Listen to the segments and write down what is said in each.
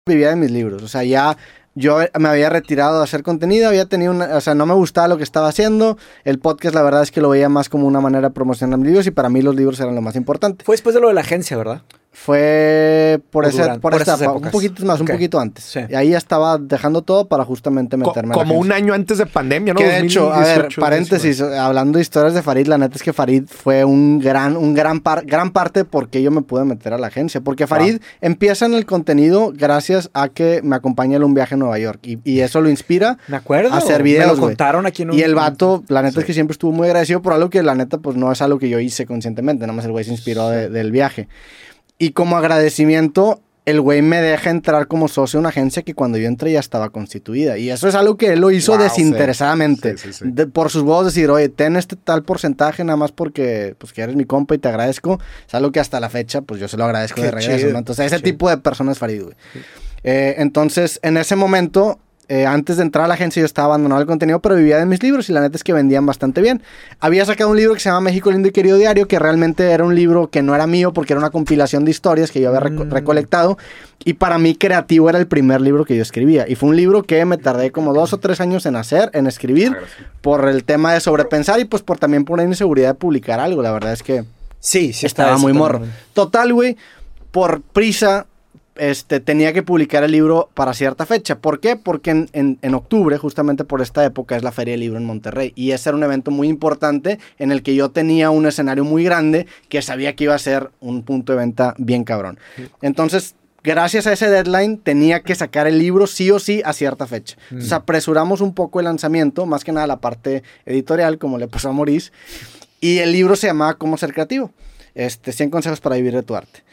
vivía de mis libros. O sea, ya yo me había retirado de hacer contenido, había tenido o sea, no me gustaba lo que estaba haciendo. El podcast, la verdad es que lo veía más como una manera de promocionar mis libros y para mí los libros eran lo más importante. Fue después de lo de la agencia, ¿verdad? Fue por esta etapa, un poquito más, un poquito antes. Sí. Y ahí ya estaba dejando todo para justamente meterme como un año antes de pandemia, ¿no? Que de hecho, 2018, a ver, paréntesis, hablando de historias de Farid, la neta es que Farid fue gran parte porque yo me pude meter a la agencia. Porque Farid empieza en el contenido gracias a que me acompaña en un viaje a Nueva York. Y eso lo inspira me acuerdo, a hacer videos, me lo contaron aquí en un... Y el vato, la neta es que siempre estuvo muy agradecido por algo que la neta pues no es algo que yo hice conscientemente. Nada más el güey se inspiró del viaje. Y como agradecimiento, el güey me deja entrar como socio de una agencia que cuando yo entré ya estaba constituida. Y eso es algo que él lo hizo desinteresadamente. Sí. Por sus huevos decir, oye, ten este tal porcentaje nada más porque pues, que eres mi compa y te agradezco. Es algo que hasta la fecha, pues yo se lo agradezco de regreso, ¿no? Entonces, ese tipo de personas es Farid, güey. Entonces, en ese momento... antes de entrar a la agencia yo estaba abandonado el contenido, pero vivía de mis libros y la neta es que vendían bastante bien. Había sacado un libro que se llama México Lindo y Querido Diario, que realmente era un libro que no era mío porque era una compilación de historias que yo había recolectado y para mí creativo era el primer libro que yo escribía y fue un libro que me tardé como 2 o 3 años en escribir por el tema de sobrepensar y pues también por la inseguridad de publicar algo. La verdad es que sí estaba muy morro. Total, güey, por prisa... tenía que publicar el libro para cierta fecha. ¿Por qué? Porque en octubre, justamente por esta época, es la Feria del Libro en Monterrey. Y ese era un evento muy importante en el que yo tenía un escenario muy grande que sabía que iba a ser un punto de venta bien cabrón. Entonces, gracias a ese deadline, tenía que sacar el libro sí o sí a cierta fecha. Entonces, apresuramos un poco el lanzamiento, más que nada la parte editorial, como le pasó a Maurice. Y el libro se llamaba Cómo ser creativo. 100 consejos para vivir de tu arte.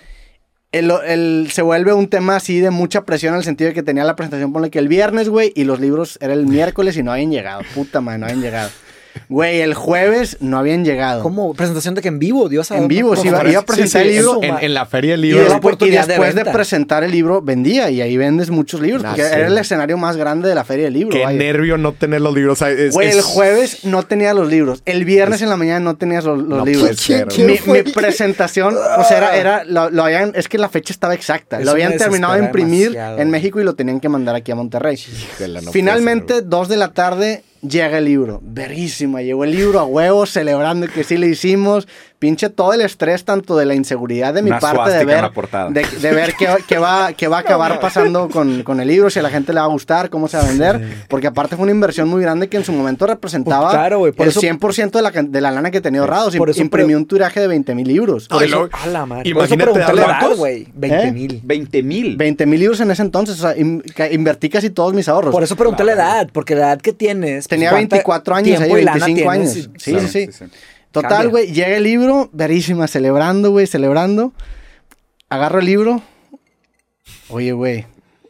Se vuelve un tema así de mucha presión en el sentido de que tenía la presentación, ponle que el viernes, güey, y los libros era el miércoles y no habían llegado. Puta madre, no habían llegado. Güey, el jueves no habían llegado. ¿Cómo? ¿Presentación de que en vivo? Dios sabe. En vivo, sí, iba a presentar el libro. En la Feria del Libro. Y después de presentar el libro, vendía. Y ahí vendes muchos libros. Porque era el escenario más grande de la Feria del Libro. Qué nervio no tener los libros. Güey, el jueves no tenía los libros. El viernes en la mañana no tenías los libros. Mi presentación, o sea, es que la fecha estaba exacta. Lo habían terminado de imprimir en México y lo tenían que mandar aquí a Monterrey. Finalmente, 2 de la tarde... llega el libro, verguísima, llegó el libro a huevos, celebrando que sí le hicimos, pinche todo el estrés tanto de la inseguridad de mi parte de ver qué va a acabar pasando con el libro, si a la gente le va a gustar, cómo se va a vender, porque aparte fue una inversión muy grande que en su momento representaba el 100% de la lana que tenía ahorrados. Imprimí un tiraje de 20,000 libros. Por eso, a la madre. Imagínate darle datos, güey. 20,000. 20,000 libros en ese entonces, o sea, invertí casi todos mis ahorros. Por eso pregunté la edad, porque la edad que tienes... Tenía 24 años, 25 años. Sí. Total, güey, llega el libro, verísima, celebrando. Agarro el libro. Oye, güey,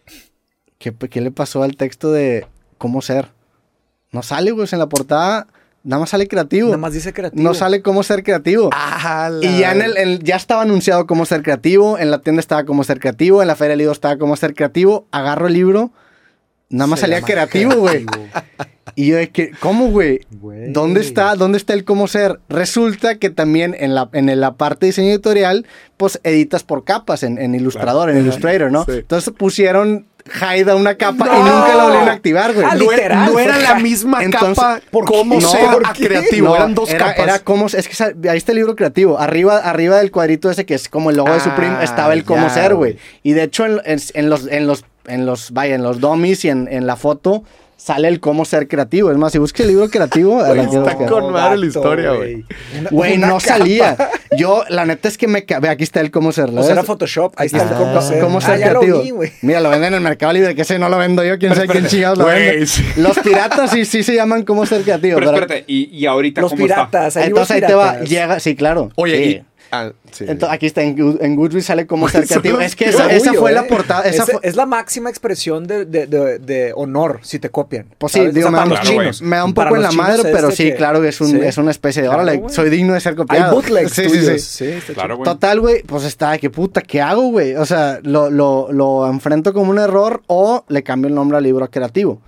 ¿qué le pasó al texto de cómo ser? No sale, güey, en la portada... Nada más sale creativo. Nada más dice creativo. No sale cómo ser creativo. Y ya ya estaba anunciado cómo ser creativo. En la tienda estaba cómo ser creativo. En la Feria del Libro estaba cómo ser creativo. Agarro el libro. Nada más salía creativo, güey. Y yo de que, ¿cómo, güey? ¿Dónde está el cómo ser? Resulta que también en la parte de diseño editorial, pues editas por capas en Illustrator, en Illustrator, ¿no? Sí. Entonces pusieron Haida una capa y nunca la volvieron a activar, güey. Literal. No era la misma capa por cómo ser creativo. Eran 2 capas. Era como, es que ahí está el libro creativo. Arriba del cuadrito ese que es como el logo de Supreme, estaba el cómo ser, güey. Y de hecho en los dummies y en la foto sale el cómo ser creativo. Es más, si buscas el libro creativo... está con madre la historia, güey. Güey, no salía. Yo, la neta es que ve, aquí está el cómo ser. O sea, era Photoshop. Ahí está el cómo ser creativo. Lo vi, mira, lo venden en el Mercado Libre, que ese no lo vendo yo. Quién sabe quién chingados lo vende. Los piratas sí se llaman cómo ser creativo. Pero espérate, ¿y ahorita los cómo piratas, está? Entonces ahí te va, llega... Sí, claro. Oye, sí. Entonces, aquí está, en Goodreads sale cómo ser creativo. Es que esa fue la portada. Es la máxima expresión de honor si te copian. Pues sí, digo, me da un poco en la madre, pero sí, claro que es una especie de... Órale, soy digno de ser copiado. Hay bootlegs tuyos. Sí, claro, güey. Total, güey, pues está de que puta, ¿qué hago, güey? O sea, lo enfrento como un error o le cambio el nombre al libro a creativo.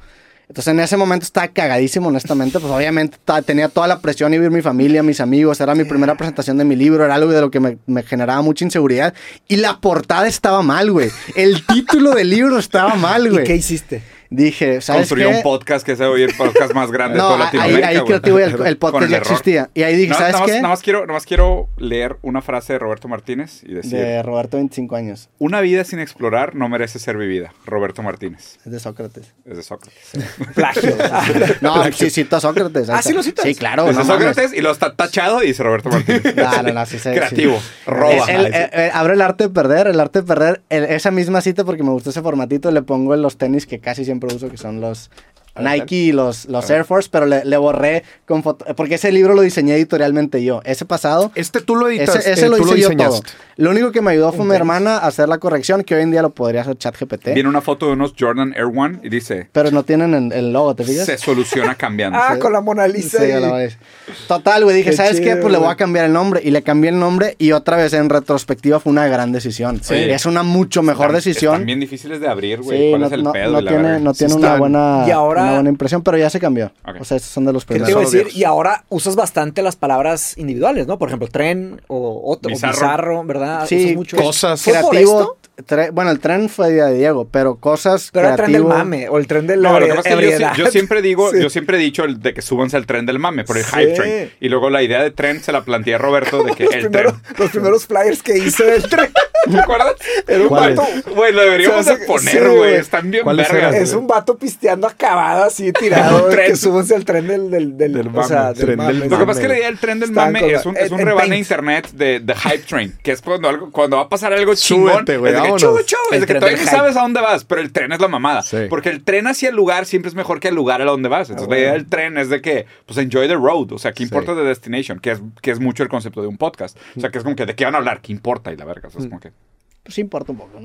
Entonces en ese momento estaba cagadísimo, honestamente. Pues obviamente tenía toda la presión, iba a ir mi familia, mis amigos. Era mi primera presentación de mi libro. Era algo de lo que me generaba mucha inseguridad. Y la portada estaba mal, güey. El título del libro estaba mal, güey. ¿Y qué hiciste? Dije, ¿sabes Construyó qué? un podcast que se oye el podcast más grande de toda Latinoamérica. Ahí creativo el podcast ya existía. Y ahí dije, ¿sabes qué? Nada más quiero leer una frase de Roberto Martínez y decir... De Roberto, 25 años. Una vida sin explorar no merece ser vivida. Roberto Martínez. Es de Sócrates. Es de Sócrates. Plagio. No, sí cito a Sócrates. ¿Sí lo citas? Sí, claro. Es de Sócrates y lo está tachado y dice Roberto Martínez. No, sí, Creativo. Sí. Roba. Abre el arte de perder. El arte de perder. Esa misma cita, porque me gustó ese formatito, le pongo en los tenis que casi siempre uso, que son los Nike y los Air Force, pero le borré con foto, porque ese libro lo diseñé editorialmente yo. Ese pasado... Tú lo editaste, ese lo tú hice lo yo diseñaste. todo. Lo único que me ayudó fue mi hermana a hacer la corrección, que hoy en día lo podría hacer ChatGPT. Viene una foto de unos Jordan Air One y dice... Pero no tienen el logo, ¿te fijas? Se soluciona cambiando. Con la Mona Lisa. Sí, ya lo ves. Total, güey, dije, Qué ¿sabes qué? chido, Pues le voy a güey. cambiar el nombre. Y le cambié el nombre y otra vez en retrospectiva fue una gran decisión. Sí. Es una mucho mejor decisión. Están bien difíciles de abrir, güey. Sí, ¿Cuál es el pedo? Y la verga? no tiene Sí una están. buena, Y ahora- una buena impresión, pero ya se cambió. Ok. O sea, esos son de los ¿Qué te primeros. iba a decir? Dios. Y ahora usas bastante las palabras individuales, ¿no? Por ejemplo, tren o bizarro, ¿verdad? Sí, Usas mucho cosas. ¿Fue por Creativo. esto? Bueno, el tren fue de Diego, pero cosas Pero era el tren creativo. del mame o el tren de No, la lo que pasa es que ebriedad. yo siempre digo, Sí. yo siempre he dicho de que súbanse al tren del mame, por el Sí. hype train. Y luego la idea de tren se la plantea Roberto de que el tren. Los primeros flyers que hice del tren. ¿Te acuerdas? Era un ¿Cuáles? vato. Güey, lo deberíamos Se me de hace- poner, sí, güey. güey. Están bien ¿Cuáles vergas. eran? Es un vato pisteando acabado así tirado. Un de tren. que súbanse al tren del mame. O sea, Tren mame, del Lo que mame. pasa es que la idea del tren del Están mame con es un en rebane Paint. de internet de hype train, que es cuando va a pasar algo chingón. Súbete, güey, es de que vámonos. chu, El es de que tren todavía del ni hype. sabes a dónde vas, pero el tren es la mamada. Sí. Porque el tren hacia el lugar siempre es mejor que el lugar a donde vas. Entonces la idea del tren es de que, pues enjoy the road. O sea, ¿qué importa the destination? Que es mucho el concepto de un podcast. O sea, que es como que de qué van a hablar, ¿qué importa? Y la verga. O sea, es como que... Pues sí importa un poco, ¿no?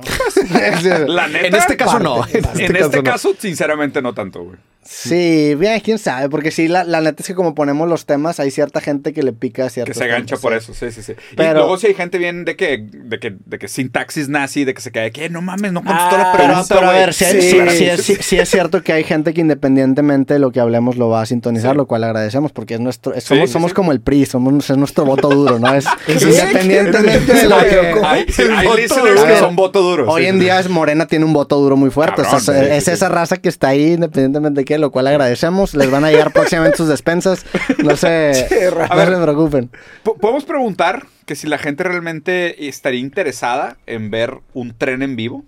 La neta, En este caso no. Parte. En este no. caso, sinceramente, no tanto, güey. Sí, bien, quién sabe, porque sí, la neta es que como ponemos los temas, hay cierta gente que le pica a Que ciertos se gancha temas, por sí. eso, sí. Y Pero- luego sí hay gente bien de que sintaxis nazi, de que se cae, que no mames, no contestó la Pero, pregunta, pero a güey. ver, sí es cierto que hay gente que independientemente de lo que hablemos lo va a sintonizar, Sí. lo cual agradecemos porque es nuestro, Sí, somos sí. como el PRI, es nuestro voto duro, ¿no? Es ¿Qué? independientemente de lo que... Hay voto listeners duro. que son voto duro. Hoy sí, en sí, día sí. Morena tiene un voto duro muy fuerte. Cabrón, o sea, sí, es sí, esa raza que está ahí independientemente de qué, lo cual agradecemos. Les van a llegar próximamente sus despensas. No se preocupen. ¿Podemos preguntar que si la gente realmente estaría interesada en ver un tren en vivo?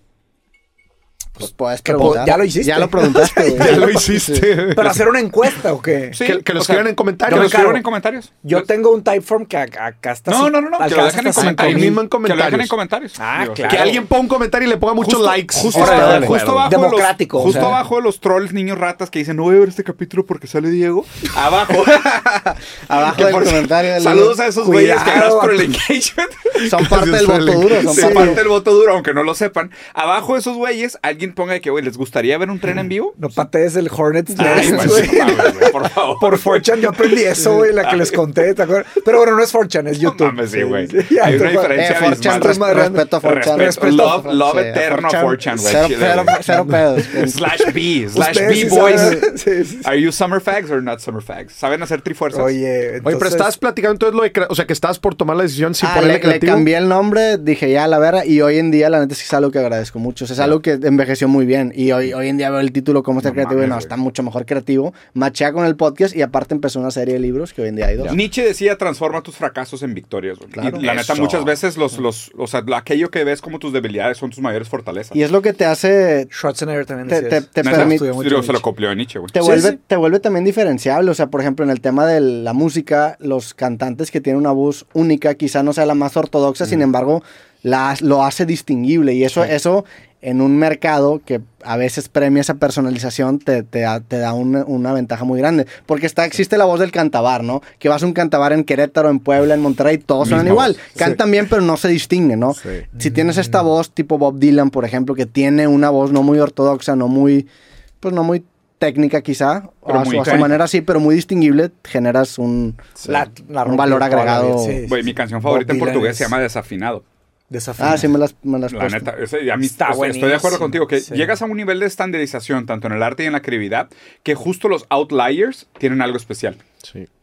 Pues puedes preguntar. ya lo hiciste. Ya lo preguntaste, güey. Ya lo hiciste. ¿Pero hacer una encuesta o qué? Sí, Que lo o sea, escriban en comentarios. Que lo escriban Claro. en comentarios. Yo tengo un typeform que acá está. No, así, que lo alcanza dejen en hasta comentarios. ahí mismo en Que lo dejen comentarios. en comentarios. Ah, Digo, claro. Que alguien ponga un comentario y le ponga muchos likes. Justo, Órale, abajo, órale. justo abajo Democrático, justo o sea. abajo de los trolls niños ratas que dicen no voy a ver este capítulo porque sale Diego. Abajo. Abajo Que del por- comentario. del Saludos a esos güeyes que Cuidado, gracias por el vato. engagement. Son parte del voto duro. Son Sí, parte parte del voto duro, aunque no lo sepan. Abajo de esos güeyes, alguien ponga de que, güey, ¿les gustaría ver un tren en vivo? No patees el Hornets Ay, Nest, güey, güey. no mames, güey, por favor. Por 4chan yo aprendí eso, güey, la que les conté, ¿te acuerdas? Pero bueno, no es 4chan, es YouTube. No mames, sí, güey. ya, Hay una tú- diferencia 4chan, abismal. respeto a 4chan. Respeto. Love Sí, eterno a 4chan, güey. Cero, Chile, cero, güey. cero pedos. Slash B Ustedes sí boys. saben. Sí, sí. Are you summer fags or not summer fags? ¿Saben hacer trifuerzas? Oye, Oye, pero estabas platicando entonces lo de... O sea, que estabas por tomar la decisión sin Ah, ponerle le creativo. cambié el nombre, dije ya la verga, y hoy en día la neta sí es algo que agradezco mucho. O sea, es algo que envejeció muy bien. Y hoy en día veo el título cómo está No creativo y mames, no, güey. está mucho mejor creativo. Machea con el podcast y aparte empezó una serie de libros que hoy en día hay dos. Nietzsche decía, transforma tus fracasos en victorias, güey. Claro. Y la neta, Eso. muchas veces o sea, aquello que ves como tus debilidades son tus mayores fortalezas. Y es lo que te hace, Schwarzenegger también te, decía te, eso. te Neta, permite... estudió mucho digo, se lo Nietzsche. copió de Nietzsche, güey. Te Sí, vuelve, sí. te vuelve también diferenciable, o sea, por ejemplo, en el tema de la música, los cantantes que tienen una voz única, quizá no sea la más ortodoxa, sin embargo, lo hace distinguible, y eso en un mercado que a veces premia esa personalización, te da una ventaja muy grande, porque existe la voz del cantabar, ¿no? Que vas a un cantabar en Querétaro, en Puebla, en Monterrey, todos suenan Misma igual, voz. cantan bien, pero no se distinguen, ¿no? Sí. Si tienes esta voz tipo Bob Dylan, por ejemplo, que tiene una voz no muy ortodoxa, no muy técnica quizá, Pero a muy su técnica. manera sí, pero muy distinguible, generas un La un valor rompió toda la agregado. vida, sí, Güey, sí. mi canción favorita en Bob Dylan portugués es- se llama Desafinado. Desafina. Ah, sí, me las La neta, a mí estoy de acuerdo contigo que llegas a un nivel de estandarización tanto en el arte y en la creatividad que justo los outliers tienen algo especial. Sí.